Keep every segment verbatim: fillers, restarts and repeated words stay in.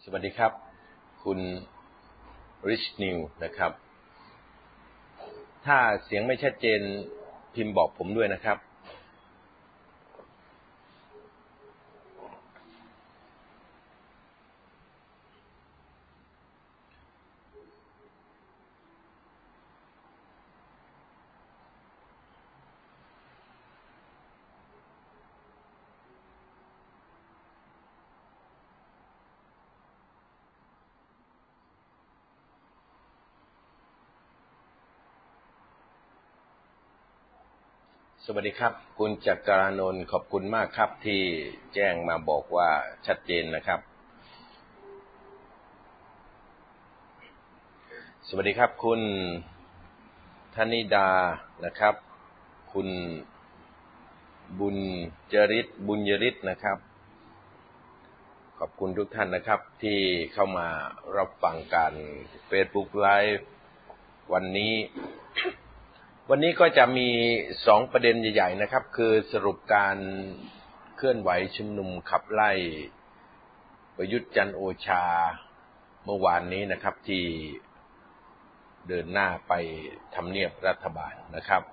สวัสดีครับคุณ Rich New นะครับถ้าเสียงไม่ชัดเจนพิมพ์บอกผมด้วยนะครับสวัสดีครับคุณจักรานนท์ขอบคุณมากครับที่แจ้งมาบอกว่าชัดเจนนะครับสวัสดีครับคุณธนิดานะครับคุณบุญจริตบุญยริศนะครับขอบคุณทุกท่านนะครับที่เข้ามารับฟังการ Facebook Live วันนี้วันนี้ก็จะมีสองประเด็นใหญ่ๆนะครับคือสรุปการเคลื่อนไหวชุมนุมขับไล่ประยุทธ์จันทร์โอชาเมื่อวานนี้นะครับที่เดินหน้าไปทำเนียบรัฐบาลนะครับ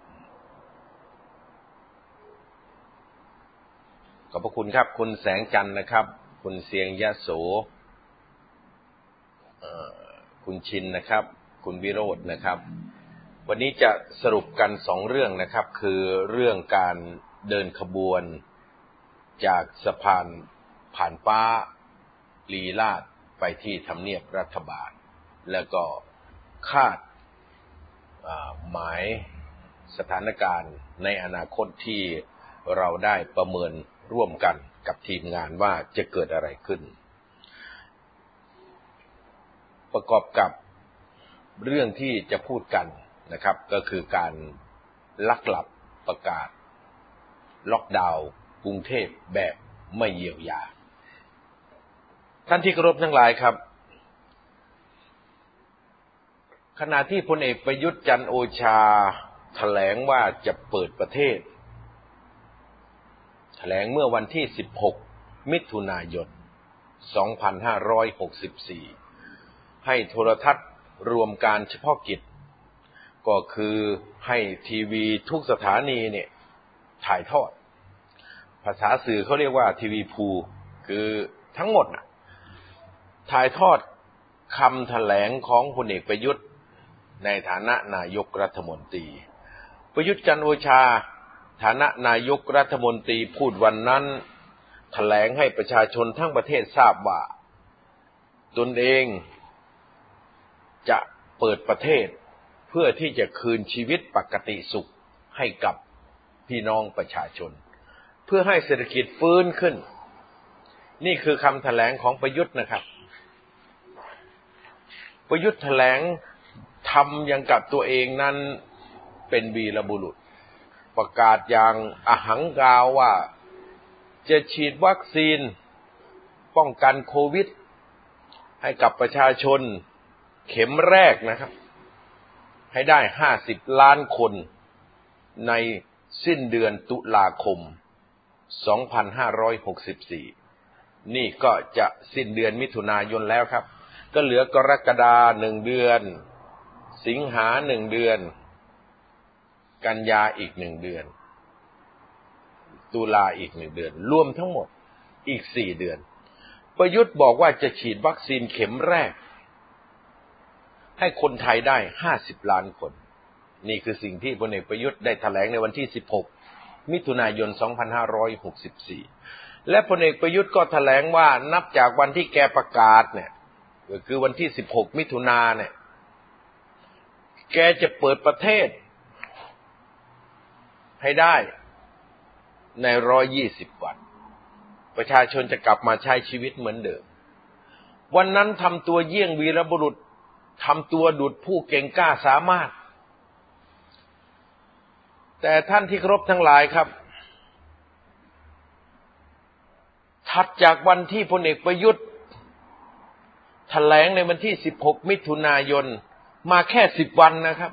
ขอบพระคุณครับคุณแสงจันทร์นะครับคุณเสียงยโสคุณชินนะครับคุณวิโรจน์นะครับวันนี้จะสรุปกันสองเรื่องนะครับคือเรื่องการเดินขบวนจากสะพานผ่านฟ้าลีลาศไปที่ทำเนียบรัฐบาลแล้วก็คาดหมายสถานการณ์ในอนาคตที่เราได้ประเมินร่วมกันกับทีมงานว่าจะเกิดอะไรขึ้นประกอบกับเรื่องที่จะพูดกันนะครับก็คือการลักหลับประกาศล็อกดาวน์กรุงเทพแบบไม่เยียวยาท่านที่เคารพทั้งหลายครับขณะที่พลเอกประยุทธ์จันทร์โอชาแถลงว่าจะเปิดประเทศแถลงเมื่อวันที่สิบหกมิถุนายนสองพันห้าร้อยหกสิบสี่ให้โทรทัศน์รวมการเฉพาะกิจก็คือให้ทีวีทุกสถานีเนี่ยถ่ายทอดภาษาสื่อเขาเรียกว่าทีวีพูลคือทั้งหมดนะถ่ายทอดคำแถลงของพลเอกประยุทธ์ในฐานะนายกรัฐมนตรีประยุทธ์จันทร์โอชาฐานะนายกรัฐมนตรีพูดวันนั้นแถลงให้ประชาชนทั้งประเทศทราบว่าตนเองจะเปิดประเทศเพื่อที่จะคืนชีวิตปกติสุขให้กับพี่น้องประชาชนเพื่อให้เศรษฐกิจฟื้นขึ้นนี่คือคำแถลงของประยุทธ์นะครับประยุทธ์แถลงทำอย่างกับตัวเองนั้นเป็นวีรบุรุษประกาศอย่างอหังการว่าจะฉีดวัคซีนป้องกันโควิดให้กับประชาชนเข็มแรกนะครับให้ได้ห้าสิบล้านคนในสิ้นเดือนตุลาคมสองพันห้าร้อยหกสิบสี่นี่ก็จะสิ้นเดือนมิถุนายนแล้วครับก็เหลือกรกฎาคมหนึ่งเดือนสิงหาหนึ่งเดือนกันยาอีกหนึ่งเดือนตุลาอีกหนึ่งเดือนรวมทั้งหมดอีกสี่เดือนประยุทธ์บอกว่าจะฉีดวัคซีนเข็มแรกให้คนไทยได้ห้าสิบล้านคนนี่คือสิ่งที่พลเอกประยุทธ์ได้แถลงในวันที่สิบหกมิถุนายนสองพันห้าร้อยหกสิบสี่และพลเอกประยุทธ์ก็แถลงว่านับจากวันที่แกประกาศเนี่ยก็คือวันที่สิบหกมิถุนายนเนี่ยแกจะเปิดประเทศให้ได้ในหนึ่งร้อยยี่สิบวันประชาชนจะกลับมาใช้ชีวิตเหมือนเดิมวันนั้นทำตัวเยี่ยงวีรบุรุษทำตัวดุจผู้เก่งกล้าสามารถแต่ท่านที่เคารพทั้งหลายครับถัดจากวันที่พลเอกประยุทธ์แถลงในวันที่สิบหกมิถุนายนมาแค่สิบวันนะครับ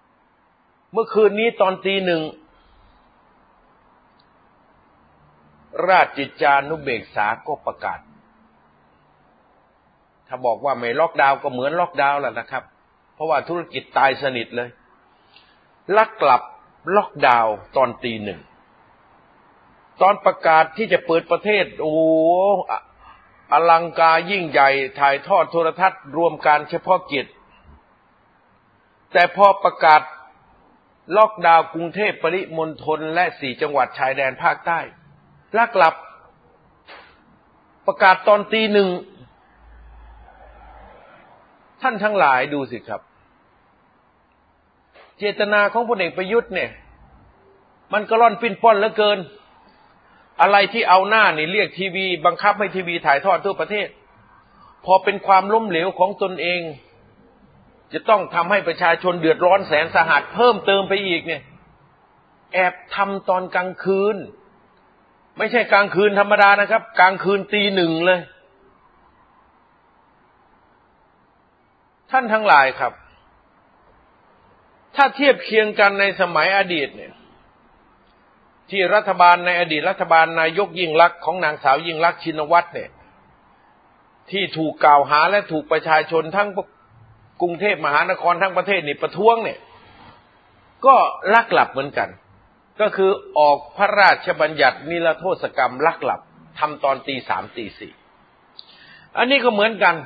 เมื่อคืนนี้ตอนตีหนึ่งราชกิจจานุเบกษาก็ประกาศถ้าบอกว่าไม่ล็อกดาวน์ก็เหมือนล็อกดาวน์แหละนะครับเพราะว่าธุรกิจตายสนิทเลยลักกลับล็อกดาวน์ตอนตีหนึ่งตอนประกาศที่จะเปิดประเทศโอ้อลังการยิ่งใหญ่ถ่ายทอดโทรทัศน์รวมการเฉพาะกิจแต่พอประกาศล็อกดาวน์กรุงเทพปริมณฑลและสี่จังหวัดชายแดนภาคใต้ลักลับประกาศตอนตีหนึ่งท่านทั้งหลายดูสิครับเจตนาของพลเอกประยุทธ์เนี่ยมันก็ร่อนปิ้นป้อนเหลือเกินอะไรที่เอาหน้านี่เรียกทีวีบังคับให้ทีวีถ่ายทอดทั่วประเทศพอเป็นความล้มเหลวของตนเองจะต้องทำให้ประชาชนเดือดร้อนแสนสาหัสเพิ่มเติมไปอีกเนี่ยแอบทำตอนกลางคืนไม่ใช่กลางคืนธรรมดานะครับกลางคืนตีหนึ่งเลยท่านทั้งหลายครับถ้าเทียบเคียงกันในสมัยอดีตเนี่ยที่รัฐบาลในอดีตรัฐบาลนายกยิ่งลักษณ์ของนางสาวยิ่งลักษณ์ชินวัตรเนี่ยที่ถูกกล่าวหาและถูกประชาชนทั้งกรุงเทพมหานครทั้งประเทศนี่ประท้วงเนี่ยก็ลักหลับเหมือนกันก็คือออกพระราชบัญญัตินิรโทษกรรมลักหลับทำตอนตีสามตีสี่อันนี้ก็เหมือนกัน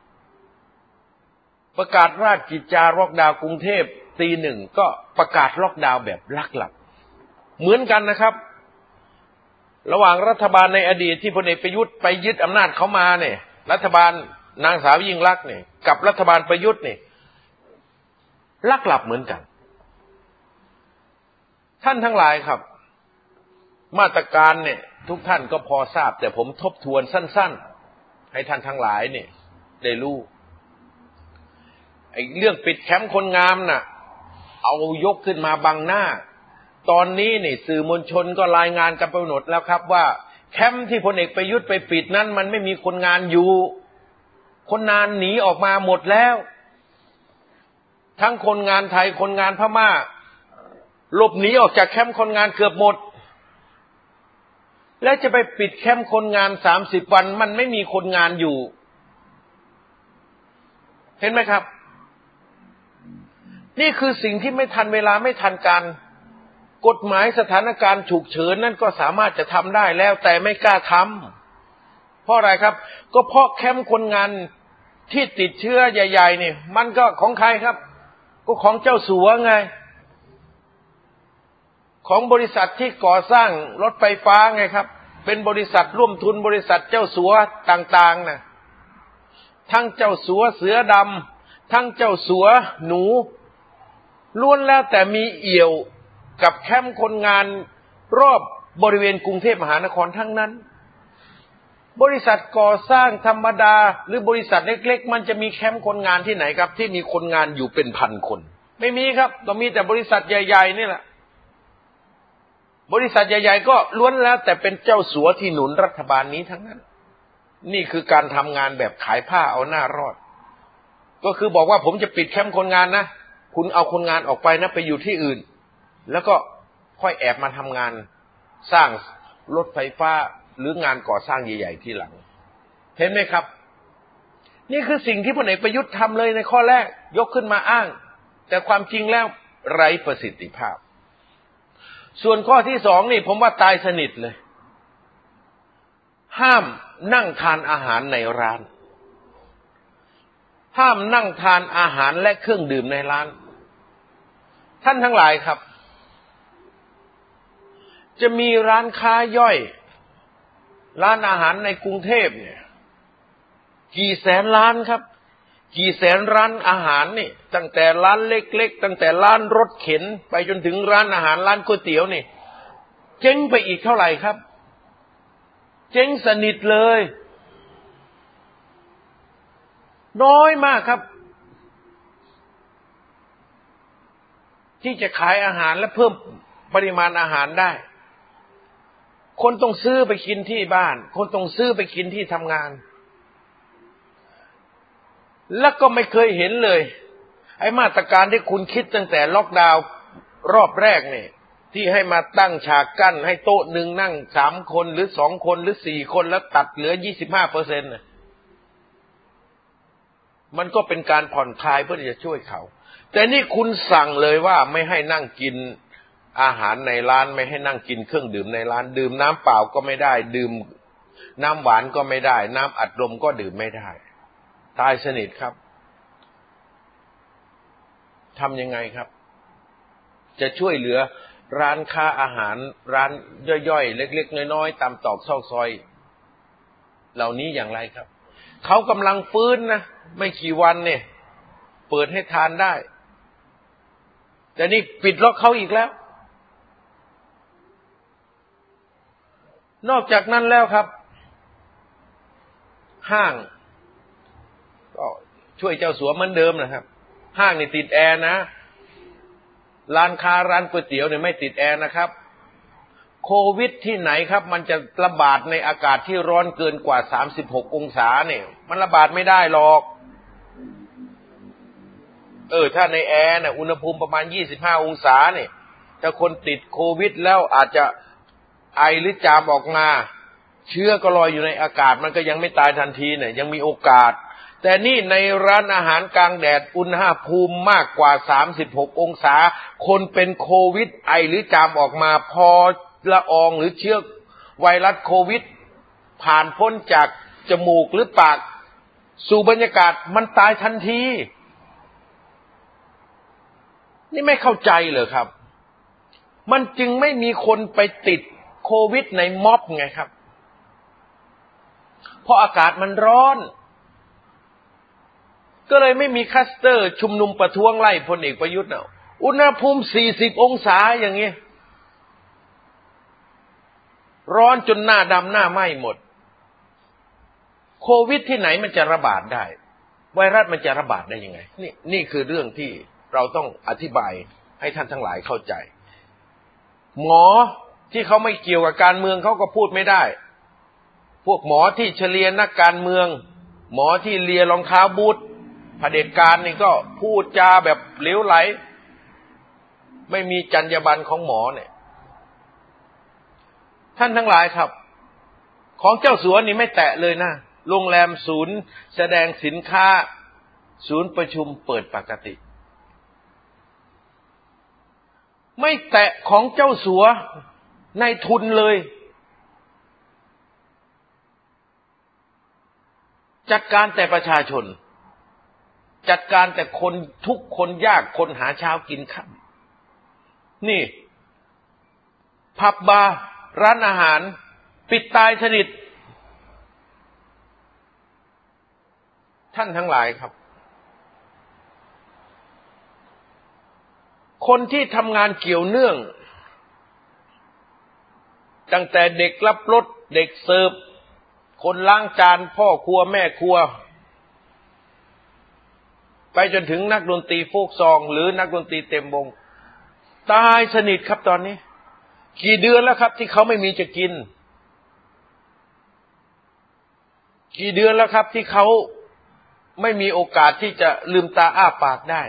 ประกาศราชกิจจาล็อกดาวน์กรุงเทพตีหนึ่งก็ประกาศล็อกดาวน์แบบลักหลับเหมือนกันนะครับระหว่างรัฐบาลในอดีตที่พลเอกประยุทธ์ไปยึดอำนาจเขามาเนี่ยรัฐบาลนางสาวยิ่งลักษณ์เนี่ยกับรัฐบาลประยุทธ์เนี่ยลักหลับเหมือนกันท่านทั้งหลายครับมาตรการเนี่ยทุกท่านก็พอทราบแต่ผมทบทวนสั้นๆให้ท่านทั้งหลายเนี่ยได้รู้ไอ้เรื่องปิดแคมป์คนงามน่ะเอายกขึ้นมาบังหน้าตอนนี้นี่สื่อมวลชนก็รายงานกันไปหมดแล้วครับว่าแคมป์ที่พลเอกประยุทธ์ไปปิดนั้นมันไม่มีคนงานอยู่คนงานหนีออกมาหมดแล้วทั้งคนงานไทยคนงานพม่าหลบหนีออกจากแคมป์คนงานเกือบหมดแล้วจะไปปิดแคมป์คนงานสามสิบวันมันไม่มีคนงานอยู่เห็นไหมครับนี่คือสิ่งที่ไม่ทันเวลาไม่ทันการกฎหมายสถานการณ์ฉุกเฉินนั่นก็สามารถจะทำได้แล้วแต่ไม่กล้าทำเพราะอะไรครับก็เพราะแคมป์คนงานที่ติดเชื้อใหญ่ๆนี่มันก็ของใครครับก็ของเจ้าสัวไงของบริษัทที่ก่อสร้างรถไฟฟ้าไงครับเป็นบริษัทร่วมทุนบริษัทเจ้าสัวต่างๆนะทั้งเจ้าสัวเสือดำทั้งเจ้าสัวหนูล้วนแล้วแต่มีเอี่ยวกับแคมป์คนงานรอบบริเวณกรุงเทพมหานครทั้งนั้นบริษัทก่อสร้างธรรมดาหรือบริษัทเล็กๆมันจะมีแคมป์คนงานที่ไหนครับที่มีคนงานอยู่เป็นพันคนไม่มีครับต้องมีแต่บริษัทใหญ่ๆนี่แหละบริษัทใหญ่ๆก็ล้วนแล้วแต่เป็นเจ้าสัวที่หนุนรัฐบาลนี้ทั้งนั้นนี่คือการทำงานแบบขายผ้าเอาหน้ารอดก็คือบอกว่าผมจะปิดแคมป์คนงานนะคุณเอาคนงานออกไปนะไปอยู่ที่อื่นแล้วก็ค่อยแอบมาทำงานสร้างรถไฟฟ้าหรืองานก่อสร้างใหญ่ๆที่หลังเห็นไหมครับนี่คือสิ่งที่พลเอกประยุทธ์ทำเลยในข้อแรกยกขึ้นมาอ้างแต่ความจริงแล้วไร้ประสิทธิภาพส่วนข้อที่สองนี่ผมว่าตายสนิทเลยห้ามนั่งทานอาหารในร้านห้ามนั่งทานอาหารและเครื่องดื่มในร้านท่านทั้งหลายครับจะมีร้านค้าย่อยร้านอาหารในกรุงเทพเนี่ยกี่แสนร้านครับกี่แสนร้านอาหารนี่ตั้งแต่ร้านเล็กๆตั้งแต่ร้านรถเข็นไปจนถึงร้านอาหารร้านก๋วยเตี๋ยวนี่เจ๊งไปอีกเท่าไหร่ครับเจ๊งสนิทเลยน้อยมากครับที่จะขายอาหารและเพิ่มปริมาณอาหารได้คนต้องซื้อไปกินที่บ้านคนต้องซื้อไปกินที่ทำงานแล้วก็ไม่เคยเห็นเลยไอ้มาตรการที่คุณคิดตั้งแต่ล็อกดาวน์รอบแรกนี่ที่ให้มาตั้งฉากกั้นให้โต๊ะหนึ่งนั่งสามคนหรือสองคนหรือสี่คนแล้วตัดเหลือยี่สิบห้าเปอร์เซ็นต์มันก็เป็นการผ่อนคลายเพื่อจะช่วยเขาแต่นี่คุณสั่งเลยว่าไม่ให้นั่งกินอาหารในร้านไม่ให้นั่งกินเครื่องดื่มในร้านดื่มน้ำเปล่าก็ไม่ได้ดื่มน้ำหวานก็ไม่ได้น้ำอัดลมก็ดื่มไม่ได้ตายสนิทครับทำยังไงครับจะช่วยเหลือร้านค้าอาหารร้านย่อยๆเล็กๆน้อยๆตามตอกซอกซอยเหล่านี้อย่างไรครับเขากำลังฟื้นนะไม่กี่วันเนี่ยเปิดให้ทานได้แต่นี่ปิดล็อกเขาอีกแล้วนอกจากนั้นแล้วครับห้างก็ช่วยเจ้าสัวเหมือนเดิมนะครับห้างนี่ติดแอร์นะร้านค้าร้านก๋วยเตี๋ยวเนี่ยไม่ติดแอร์นะครับโควิดที่ไหนครับมันจะระบาดในอากาศที่ร้อนเกินกว่าสามสิบหกองศาเนี่ยมันระบาดไม่ได้หรอกเออถ้าในแอร์เนี่ยอุณหภูมิประมาณยี่สิบห้าองศาเนี่ยถ้าคนติดโควิดแล้วอาจจะไอหรือจามออกมาเชื้อก็ลอยอยู่ในอากาศมันก็ยังไม่ตายทันทีเนี่ยยังมีโอกาสแต่นี่ในร้านอาหารกลางแดดอุณหภูมิมากกว่าสามสิบหกองศาคนเป็นโควิดไอหรือจามออกมาพอละอองหรือเชื้อไวรัสโควิดผ่านพ้นจากจมูกหรือปากสู่บรรยากาศมันตายทันทีนี่ไม่เข้าใจเหรอครับมันจึงไม่มีคนไปติดโควิดในม็อบไงครับเพราะอากาศมันร้อนก็เลยไม่มีคลัสเตอร์ชุมนุมประท้วงไล่พลเอกประยุทธ์เอาอุณหภูมิสี่สิบองศาอย่างเงี้ยร้อนจนหน้าดำหน้าไหม้หมดโควิดที่ไหนมันจะระบาดได้ไวรัสมันจะระบาดได้ยังไงนี่นี่คือเรื่องที่เราต้องอธิบายให้ท่านทั้งหลายเข้าใจหมอที่เขาไม่เกี่ยวกับการเมืองเขาก็พูดไม่ได้พวกหมอที่เฉลียนักการเมืองหมอที่เลียรองเท้าบูทเผด็จการนี่ก็พูดจาแบบเหลวไหลไม่มีจรรยาบรรณของหมอเนี่ยท่านทั้งหลายครับของเจ้าสัวนี่ไม่แตะเลยนะโรงแรมศูนย์แสดงสินค้าศูนย์ประชุมเปิดปกติไม่แตะของเจ้าสัวในทุนเลยจัดการแต่ประชาชนจัดการแต่คนทุกคนยากคนหาเช้ากินค่ำนี่ผับบาร์ร้านอาหารปิดตายสนิทท่านทั้งหลายครับคนที่ทำงานเกี่ยวเนื่องตั้งแต่เด็กรับรถเด็กเสิร์ฟคนล้างจานพ่อครัวแม่ครัวไปจนถึงนักดนตรีโฟกซองหรือนักดนตรีเต็มวงตายสนิทครับตอนนี้กี่เดือนแล้วครับที่เขาไม่มีจะกินกี่เดือนแล้วครับที่เขาไม่มีโอกาสที่จะลืมตาอ้าปากได้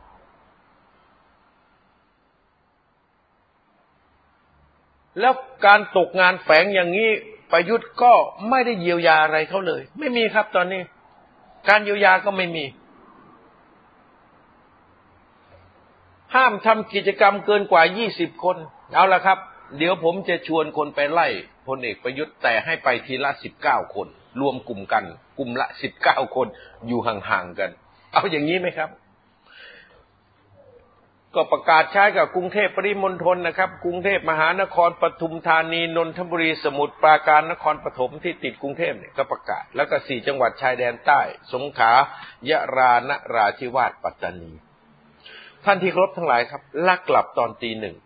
แล้วการตกงานแฝงอย่างนี้ประยุทธ์ก็ไม่ได้เยียวยาอะไรเขาเลยไม่มีครับตอนนี้การเยียวยาก็ไม่มีห้ามทำกิจกรรมเกินกว่ายี่สิบคนเอาละครับเดี๋ยวผมจะชวนคนไปไล่พลเอกประยุทธ์แต่ให้ไปทีละสิบเก้าคนรวมกลุ่มกันกลุ่มละสิบเก้าคนอยู่ห่างๆกันเอาอย่างนี้ไหมครับก็ประกาศใช้กับกรุงเทพปริมณฑลนะครับกรุงเทพมหานครปทุมธานีนนทบุรีสมุทรปราการนครปฐมที่ติดกรุงเทพเนี่ยก็ประกาศแล้วก็สี่จังหวัดชายแดนใต้สงขลายะรานราธิวาสปัตตานีท่านที่เคารพทั้งหลายครับลักกลับตอนตีหนึ่ง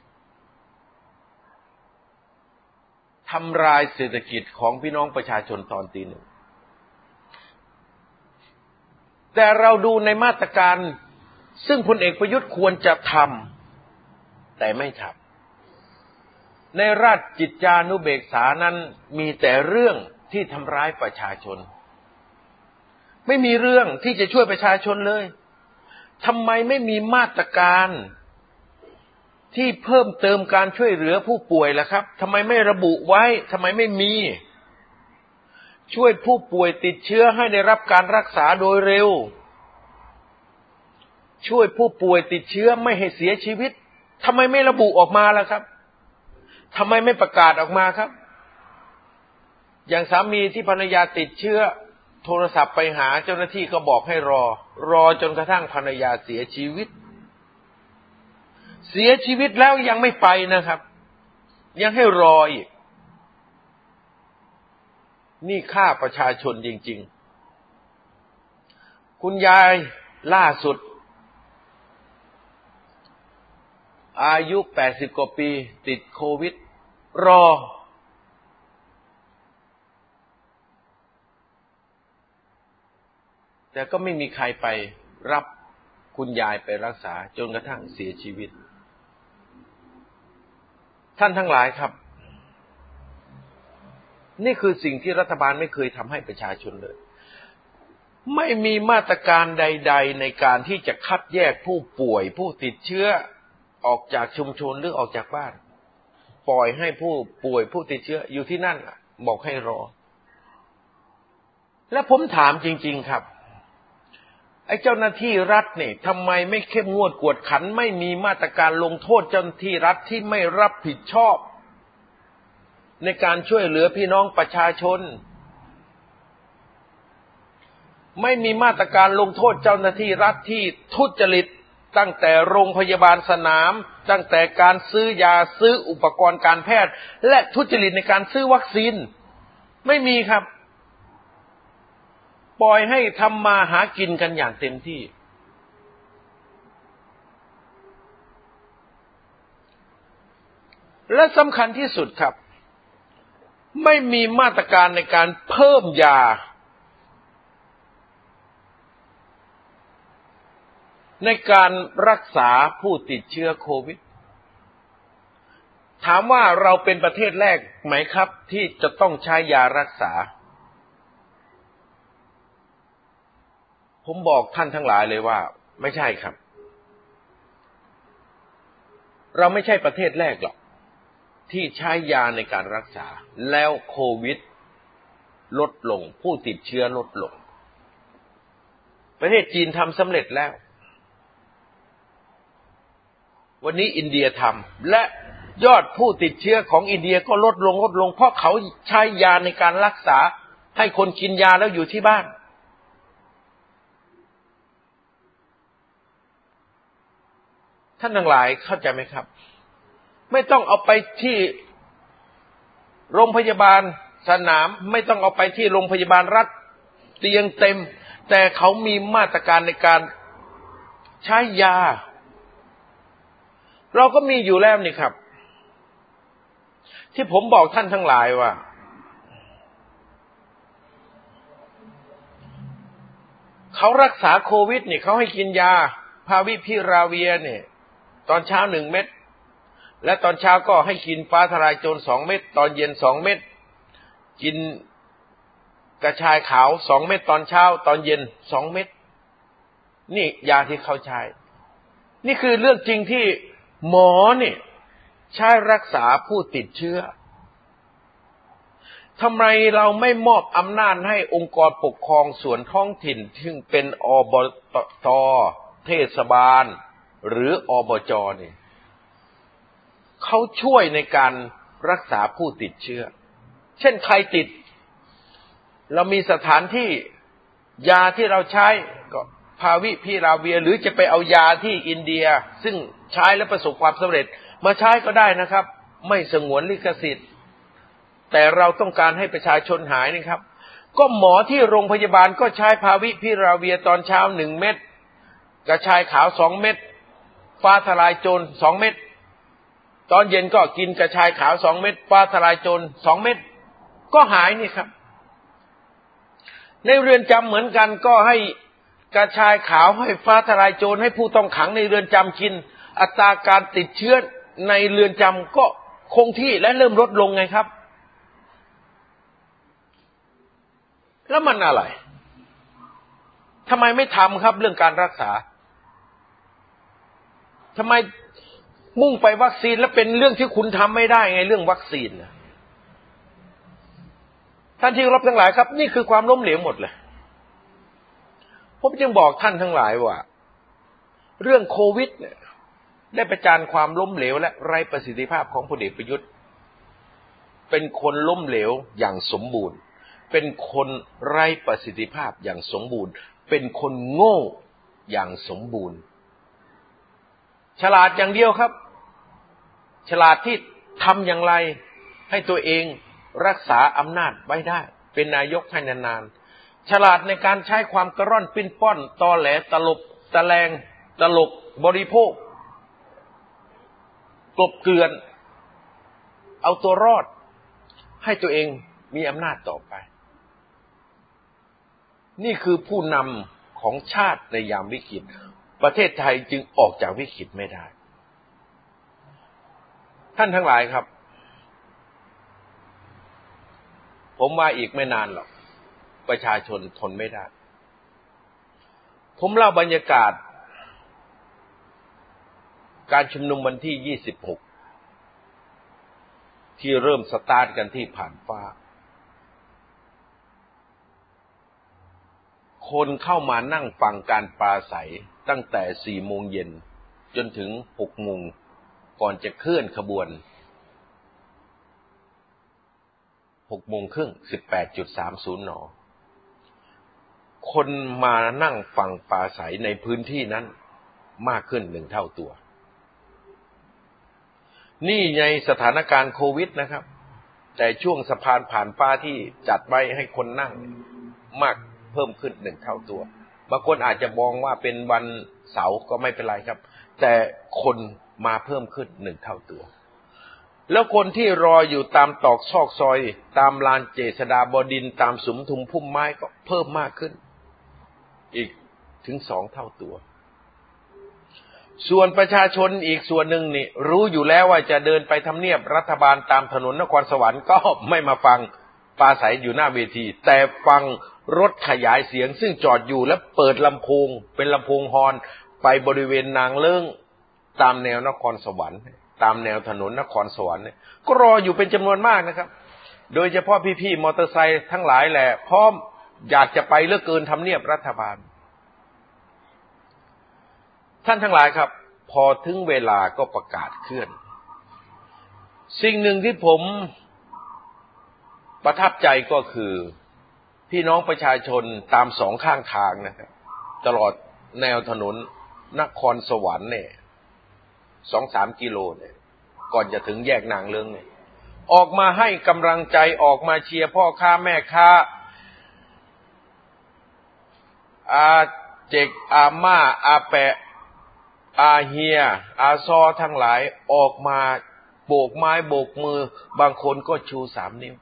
ทำลายเศรษฐกิจของพี่น้องประชาชนตอนตีหนึ่งแต่เราดูในมาตรการซึ่งพลเอกประยุทธ์ควรจะทำแต่ไม่ทำในราชกิจจานุเบกษานั้นมีแต่เรื่องที่ทำร้ายประชาชนไม่มีเรื่องที่จะช่วยประชาชนเลยทำไมไม่มีมาตรการที่เพิ่มเติมการช่วยเหลือผู้ป่วยล่ะครับทำไมไม่ระบุไว้ทำไมไม่มีช่วยผู้ป่วยติดเชื้อให้ได้รับการรักษาโดยเร็วช่วยผู้ป่วยติดเชื้อไม่ให้เสียชีวิตทำไมไม่ระบุออกมาล่ะครับทำไมไม่ประกาศออกมาครับอย่างสามีที่ภรรยาติดเชื้อโทรศัพท์ไปหาเจ้าหน้าที่ก็บอกให้รอรอจนกระทั่งภรรยาเสียชีวิตเสียชีวิตแล้วยังไม่ไปนะครับยังให้รออีกนี่ฆ่าประชาชนจริงๆคุณยายล่าสุดอายุแปดสิบกว่าปีติดโควิดรอแต่ก็ไม่มีใครไปรับคุณยายไปรักษาจนกระทั่งเสียชีวิตท่านทั้งหลายครับนี่คือสิ่งที่รัฐบาลไม่เคยทำให้ประชาชนเลยไม่มีมาตรการใดๆในการที่จะคัดแยกผู้ป่วยผู้ติดเชื้อออกจากชุมชนหรือออกจากบ้านปล่อยให้ผู้ป่วยผู้ติดเชื้ออยู่ที่นั่นบอกให้รอและผมถามจริงๆครับไอ้เจ้าหน้าที่รัฐเนี่ยทำไมไม่เข้มงวดกวดขันไม่มีมาตรการลงโทษเจ้าหน้าที่รัฐที่ไม่รับผิดชอบในการช่วยเหลือพี่น้องประชาชนไม่มีมาตรการลงโทษเจ้าหน้าที่รัฐที่ทุจริตตั้งแต่โรงพยาบาลสนามตั้งแต่การซื้อยาซื้ออุปกรณ์การแพทย์และทุจริตในการซื้อวัคซีนไม่มีครับปล่อยให้ทำมาหากินกันอย่างเต็มที่และสำคัญที่สุดครับไม่มีมาตรการในการเพิ่มยาในการรักษาผู้ติดเชื้อโควิดถามว่าเราเป็นประเทศแรกไหมครับที่จะต้องใช้ยารักษาผมบอกท่านทั้งหลายเลยว่าไม่ใช่ครับเราไม่ใช่ประเทศแรกหรอกที่ใช้ยาในการรักษาแล้วโควิดลดลงผู้ติดเชื้อลดลงประเทศจีนทำสำเร็จแล้ววันนี้อินเดียทำและยอดผู้ติดเชื้อของอินเดียก็ลดลงลดลงเพราะเขาใช้ยาในการรักษาให้คนกินยาแล้วอยู่ที่บ้านท่านทั้งหลายเข้าใจไหมครับไม่ต้องเอาไปที่โรงพยาบาลสนามไม่ต้องเอาไปที่โรงพยาบาลรัฐเตียงเต็มแต่เขามีมาตรการในการใช้ยาเราก็มีอยู่แล้วนี่ครับที่ผมบอกท่านทั้งหลายว่าเขารักษาโควิดนี่เขาให้กินยาพาวิพิราเวียเนี่ยตอนเช้าหนึ่งเม็ดและตอนเช้าก็ให้กินฟ้าทลายโจรสองเม็ดตอนเย็นสองเม็ดกินกระชายขาวสองเม็ดตอนเช้าตอนเย็นสองเม็ดนี่ยาที่เขาใช้นี่คือเรื่องจริงที่หมอเนี่ยใช้รักษาผู้ติดเชื้อทำไมเราไม่มอบอำนาจให้องค์กรปกครองส่วนท้องถิ่นซึ่งเป็นอบต.เทศบาลหรืออบจ.เนี่ยเขาช่วยในการรักษาผู้ติดเชื้อเช่นใครติดเรามีสถานที่ยาที่เราใช้ก็พาวิพิราเวียหรือจะไปเอายาที่อินเดียซึ่งใช้และประสบความสำเร็จมาใช้ก็ได้นะครับไม่สงวนลิขสิทธิ์แต่เราต้องการให้ประชาชนหายนะครับก็หมอที่โรงพยาบาลก็ใช้พาวิพิราเวียตอนเช้าหนึ่งเม็ดกระชายขาวสองเม็ดฟ้าทลายโจรสองเม็ดตอนเย็นก็กินกระชายขาวสองเม็ดฟ้าทลายโจรสองเม็ดก็หายนี่ครับในเรือนจำเหมือนกันก็ให้กระชายขาวให้ฟ้าทลายโจรให้ผู้ต้องขังในเรือนจำกินอัตราการติดเชื้อในเรือนจำก็คงที่และเริ่มลดลงไงครับแล้วมันอะไรทำไมไม่ทำครับเรื่องการรักษาทำไมมุ่งไปวัคซีนแล้วเป็นเรื่องที่คุณทำไม่ได้ไงเรื่องวัคซีนนะท่านที่เคารพทั้งหลายครับนี่คือความล้มเหลวหมดเลยผมจึงบอกท่านทั้งหลายว่าเรื่องโควิดเนี่ยได้ประจานความล้มเหลวและไร้ประสิทธิภาพของพลเอกประยุทธ์เป็นคนล้มเหลวอย่างสมบูรณ์เป็นคนไร้ประสิทธิภาพอย่างสมบูรณ์เป็นคนโง่อย่างสมบูรณ์ฉลาดอย่างเดียวครับฉลาดที่ทำอย่างไรให้ตัวเองรักษาอำนาจไว้ได้เป็นนายกให้นานๆฉลาดในการใช้ความกระร่อนปิ้นป้อนตอแหลตลบตะแลงตลกบริโภคกลบเกลื่อนเอาตัวรอดให้ตัวเองมีอำนาจต่อไปนี่คือผู้นำของชาติในยามวิกฤตประเทศไทยจึงออกจากวิกฤตไม่ได้ท่านทั้งหลายครับผมว่าอีกไม่นานหรอกประชาชนทนไม่ได้ผมเล่าบรรยากาศการชุมนุมวันที่ยี่สิบหกที่เริ่มสตาร์ทกันที่ผ่านฟ้าคนเข้ามานั่งฟังการปราศัยตั้งแต่สี่โมงเย็นจนถึงหกโมงก่อนจะเคลื่อนขบวนหกโมงครึ่ง สิบแปดจุดสามศูนย์ น.คนมานั่งฟังปราศัยในพื้นที่นั้นมากขึ้นหนึ่งเท่าตัวนี่ในสถานการณ์โควิดนะครับแต่ช่วงสะพานผ่านฟ้าที่จัดไว้ให้คนนั่งมากเพิ่มขึ้นหนึ่งเท่าตัวบางคนอาจจะมองว่าเป็นวันเสาร์ก็ไม่เป็นไรครับแต่คนมาเพิ่มขึ้นหนึ่งเท่าตัวแล้วคนที่รออยู่ตามตอกซอกซอยตามลานเจษฎาบดินทร์ตามสุมทุมพุ่มไม้ก็เพิ่มมากขึ้นอีกถึงสองเท่าตัวส่วนประชาชนอีกส่วนหนึ่งนี่รู้อยู่แล้วว่าจะเดินไปทำเนียบรัฐบาลตามถนนนครสวรรค์ก็ไม่มาฟังปราศัยอยู่หน้าเวทีแต่ฟังรถขยายเสียงซึ่งจอดอยู่และเปิดลำโพงเป็นลำโพงฮอร์นไปบริเวณนางเลิ้งตามแนวนครสวรรค์ตามแนวถนนนครสวรรค์ก็รออยู่เป็นจำนวนมากนะครับโดยเฉพาะพี่ๆมอเตอร์ไซค์ทั้งหลายแหละพร้อมอยากจะไปเหลือเกินทำเนียบรัฐบาลท่านทั้งหลายครับพอถึงเวลาก็ประกาศเคลื่อนสิ่งหนึ่งที่ผมประทับใจก็คือพี่น้องประชาชนตามสองข้างทางนะครับตลอดแนวถนนนครสวรรค์เนี่ยสองสามกิโลเนี่ยก่อนจะถึงแยกนางเลิ้งเนี่ยออกมาให้กำลังใจออกมาเชียร์พ่อค้าแม่ค้าอาเจกอาม่าอาแปะอาเฮียอาซอทั้งหลายออกมาโบกไม้โบกมือบางคนก็ชูสามนิ้ว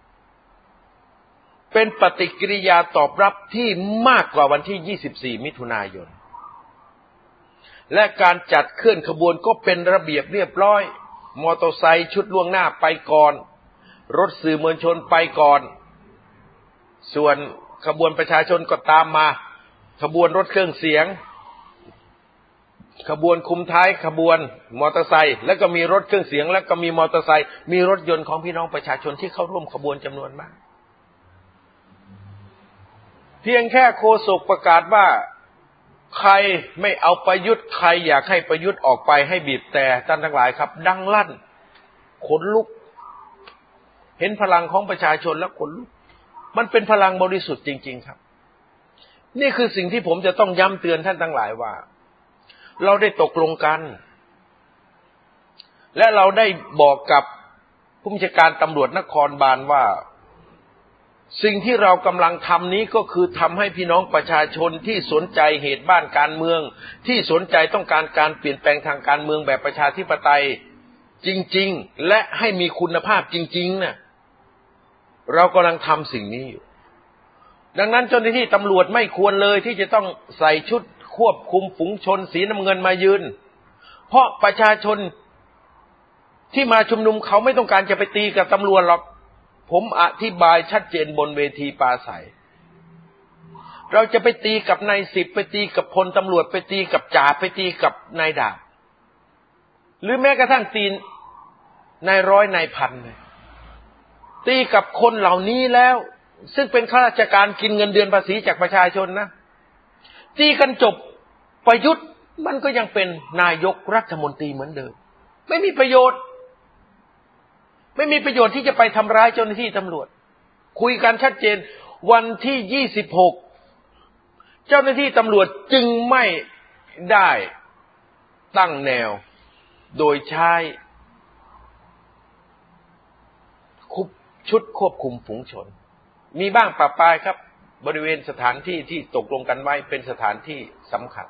เป็นปฏิกิริยาตอบรับที่มากกว่าวันที่ยี่สิบสี่มิถุนายนและการจัดเคลื่อนขบวนก็เป็นระเบียบเรียบร้อยมอเตอร์ไซค์ชุดล่วงหน้าไปก่อนรถสื่อมวลชนไปก่อนส่วนขบวนประชาชนก็ตามมาขบวนรถเครื่องเสียงขบวนคุมท้ายขบวนมอเตอร์ไซค์แล้วก็มีรถเครื่องเสียงแล้วก็มีมอเตอร์ไซค์มีรถยนต์ของพี่น้องประชาชนที่เข้าร่วมขบวนจำนวนมากเพียงแค่โฆษกประกาศว่าใครไม่เอาประยุทธ์ใครอยากให้ประยุทธ์ออกไปให้บีบแต่ท่านทั้งหลายครับดังลั่นขนลุกเห็นพลังของประชาชนแล้วขนลุกมันเป็นพลังบริสุทธิ์จริงๆครับนี่คือสิ่งที่ผมจะต้องย้ำเตือนท่านทั้งหลายว่าเราได้ตกลงกันและเราได้บอกกับผู้บัญชาการตำรวจนครบาลว่าสิ่งที่เรากำลังทำนี้ก็คือทำให้พี่น้องประชาชนที่สนใจเหตุบ้านการเมืองที่สนใจต้องการการเปลี่ยนแปลงทางการเมืองแบบประชาธิปไตยจริงๆและให้มีคุณภาพจริงๆน่ะเรากำลังทำสิ่งนี้อยู่ดังนั้นเจ้าหน้าที่ตำรวจไม่ควรเลยที่จะต้องใส่ชุดควบคุมฝูงชนสีน้ำเงินมายืนเพราะประชาชนที่มาชุมนุมเขาไม่ต้องการจะไปตีกับตำรวจหรอกผมอธิบายชัดเจนบนเวทีปราศัยเราจะไปตีกับนายสิบไปตีกับพลตำรวจไปตีกับจ่าไปตีกับนายดาบหรือแม้กระทั่งตีนายร้อยนายพันเลยตีกับคนเหล่านี้แล้วซึ่งเป็นข้าราชการกินเงินเดือนภาษีจากประชาชนนะตีกันจบประยุทธ์มันก็ยังเป็นนายกรัฐมนตรีเหมือนเดิมไม่มีประโยชน์ไม่มีประโยชน์ที่จะไปทำร้ายเจ้าหน้าที่ตำรวจคุยกันชัดเจนวันที่ยี่สิบหกเจ้าหน้าที่ตำรวจจึงไม่ได้ตั้งแนวโดยใช้ชุดควบคุมฝูงชนมีบ้างปะปายครับบริเวณสถานที่ที่ตกลงกันไว้เป็นสถานที่สำคัญ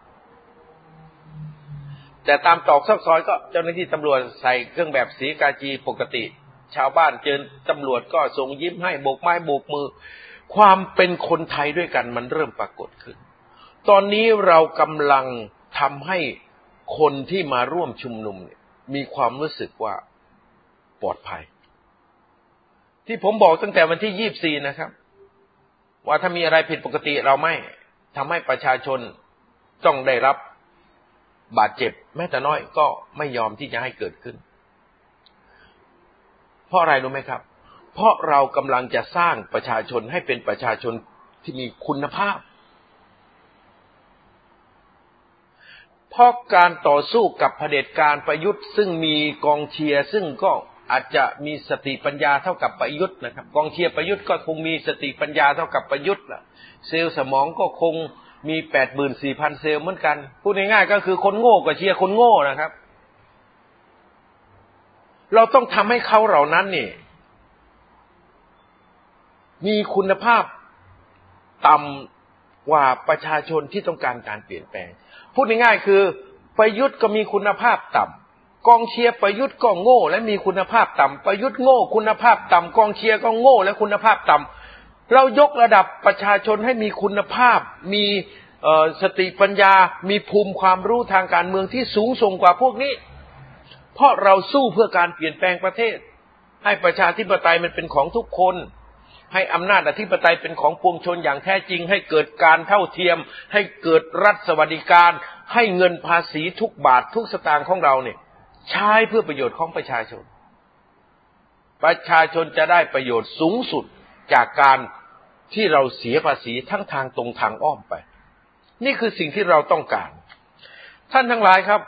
แต่ตามตอกซอกซอยก็เจ้าหน้าที่ตำรวจใส่เครื่องแบบสีกากีปกติชาวบ้านเจอตำรวจก็ส่งยิ้มให้โบกไม้โบกมือความเป็นคนไทยด้วยกันมันเริ่มปรากฏขึ้นตอนนี้เรากำลังทำให้คนที่มาร่วมชุมนุมเนี่ยมีความรู้สึกว่าปลอดภัยที่ผมบอกตั้งแต่วันที่ยี่สิบสี่นะครับว่าถ้ามีอะไรผิดปกติเราไม่ทำให้ประชาชนต้องได้รับบาดเจ็บแม้แต่น้อยก็ไม่ยอมที่จะให้เกิดขึ้นเพราะอะไรรู้ไหมครับเพราะเรากำลังจะสร้างประชาชนให้เป็นประชาชนที่มีคุณภาพเพราะการต่อสู้กับเผด็จการประยุทธ์ซึ่งมีกองเชียร์ซึ่งก็อาจจะมีสติปัญญาเท่ากับประยุทธ์นะครับกองเชียร์ประยุทธ์ก็คงมีสติปัญญาเท่ากับประยุทธ์ล่ะเซลล์สมองก็คงมี แปดหมื่นสี่พัน เซลล์เหมือนกันพูดง่ายๆก็คือคนโง่ก็เชียร์คนโง่นะครับเราต้องทำให้เขาเหล่านั้นนี่มีคุณภาพต่ำกว่าประชาชนที่ต้องการการเปลี่ยนแปลงพูดง่ายๆคือประยุทธ์ก็มีคุณภาพต่ำกองเชียร์ประยุทธ์ก็โง่และมีคุณภาพต่ำประยุทธ์โง่คุณภาพต่ำกองเชียร์ก็โง่และคุณภาพต่ำเรายกระดับประชาชนให้มีคุณภาพมีสติปัญญามีภูมิความรู้ทางการเมืองที่สูงส่งกว่าพวกนี้เพราะเราสู้เพื่อการเปลี่ยนแปลงประเทศให้ประชาธิปไตยมันเป็นของทุกคนให้อำนาจอธิปไตยเป็นของปวงชนอย่างแท้จริงให้เกิดการเท่าเทียมให้เกิดรัฐสวัสดิการให้เงินภาษีทุกบาททุกสตางค์ของเราเนี่ยใช้เพื่อประโยชน์ของประชาชนประชาชนจะได้ประโยชน์สูงสุดจากการที่เราเสียภาษีทั้งทางตรงทางอ้อมไปนี่คือสิ่งที่เราต้องการท่านทั้งหลายครับ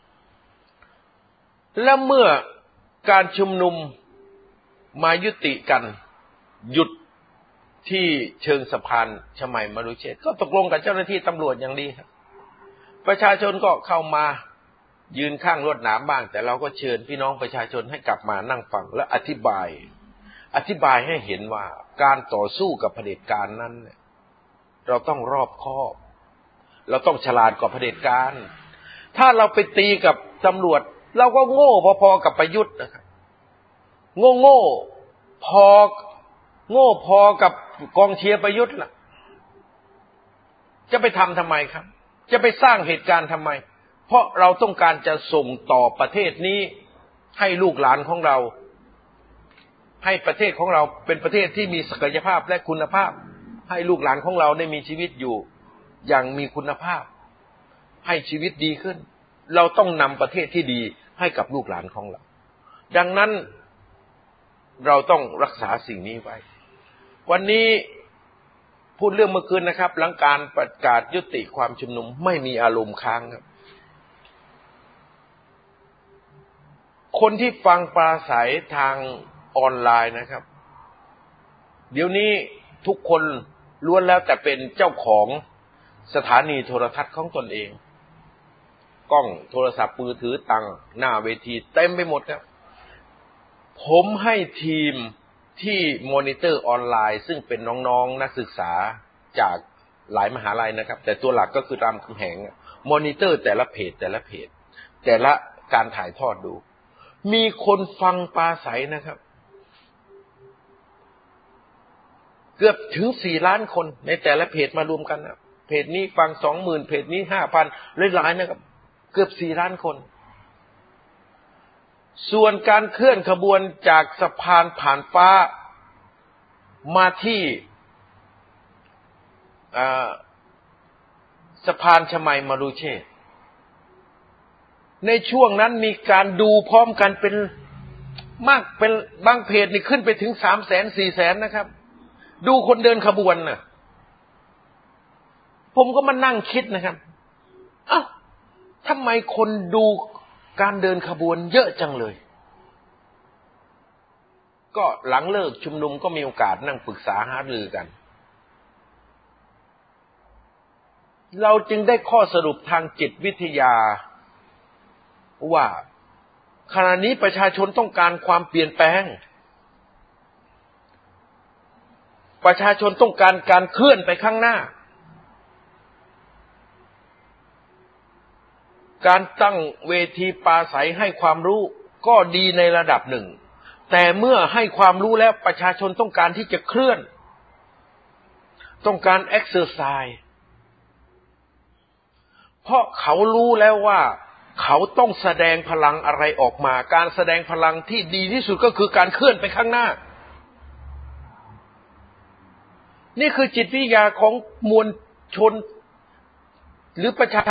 และเมื่อการชุมนุมมายุติกันหยุดที่เชิงสะพานชมัยมรุเชษฐ์ก็ตกลงกับเจ้าหน้าที่ตำรวจอย่างดีครับประชาชนก็เข้ามายืนข้างรถหนามบ้างแต่เราก็เชิญพี่น้องประชาชนให้กลับมานั่งฟังและอธิบายอธิบายให้เห็นว่าการต่อสู้กับเผด็จการนั้นเราต้องรอบคอบเราต้องฉลาดกว่าเผด็จการถ้าเราไปตีกับตำรวจเราก็โง่พอๆกับประยุทธ์นะครับโง่โง่พอโง่พอกับกองเชียร์ประยุทธ์ล่ะจะไปทำทำไมครับจะไปสร้างเหตุการณ์ทำไมเพราะเราต้องการจะส่งต่อประเทศนี้ให้ลูกหลานของเราให้ประเทศของเราเป็นประเทศที่มีศักยภาพและคุณภาพให้ลูกหลานของเราได้มีชีวิตอยู่อย่างมีคุณภาพให้ชีวิตดีขึ้นเราต้องนำประเทศที่ดีให้กับลูกหลานของเราดังนั้นเราต้องรักษาสิ่งนี้ไว้วันนี้พูดเรื่องเมื่อคืนนะครับหลังการประกาศยุติความชุมนุมไม่มีอารมณ์ค้างครับคนที่ฟังปราศัยทางออนไลน์นะครับเดี๋ยวนี้ทุกคนล้วนแล้วแต่เป็นเจ้าของสถานีโทรทัศน์ของตนเองกล้องโทรศัพท์มือถือตั้งหน้าเวทีเต็มไปหมดครับผมให้ทีมที่มอนิเตอร์ออนไลน์ซึ่งเป็นน้องๆนักศึกษาจากหลายมหาลัยนะครับแต่ตัวหลักก็คือรามคำแหงมอนิเตอร์แต่ละเพจแต่ละเพจแต่ละการถ่ายทอดดูมีคนฟังปราศัยนะครับเกือบถึงสี่ล้านคนในแต่ละเพจมารวมกันนะเพจนี้ฟัง สองหมื่น เพจนี้ ห้าพัน หลายๆนะครับเกือบสี่ล้านคนส่วนการเคลื่อนขบวนจากสะพานผ่านฟ้ามาที่สะพานชมัยมรุเชษฐ์ในช่วงนั้นมีการดูพร้อมกันเป็นมากเป็นบางเพจนี่ขึ้นไปถึงสามแสนสี่แสนนะครับดูคนเดินขบวนน่ะผมก็มานั่งคิดนะครับอ้าวทำไมคนดูการเดินขบวนเยอะจังเลยก็หลังเลิกชุมนุมก็มีโอกาสนั่งปรึกษาหารือกันเราจึงได้ข้อสรุปทางจิตวิทยาว่าขณะนี้ประชาชนต้องการความเปลี่ยนแปลงประชาชนต้องการการเคลื่อนไปข้างหน้าการตั้งเวทีปราศัยให้ความรู้ก็ดีในระดับหนึ่งแต่เมื่อให้ความรู้แล้วประชาชนต้องการที่จะเคลื่อนต้องการเอ็กเซอร์ไซส์เพราะเขารู้แล้วว่าเขาต้องแสดงพลังอะไรออกมาการแสดงพลังที่ดีที่สุดก็คือการเคลื่อนไปข้างหน้านี่คือจิตวิทยาของมวลชนหรือประชา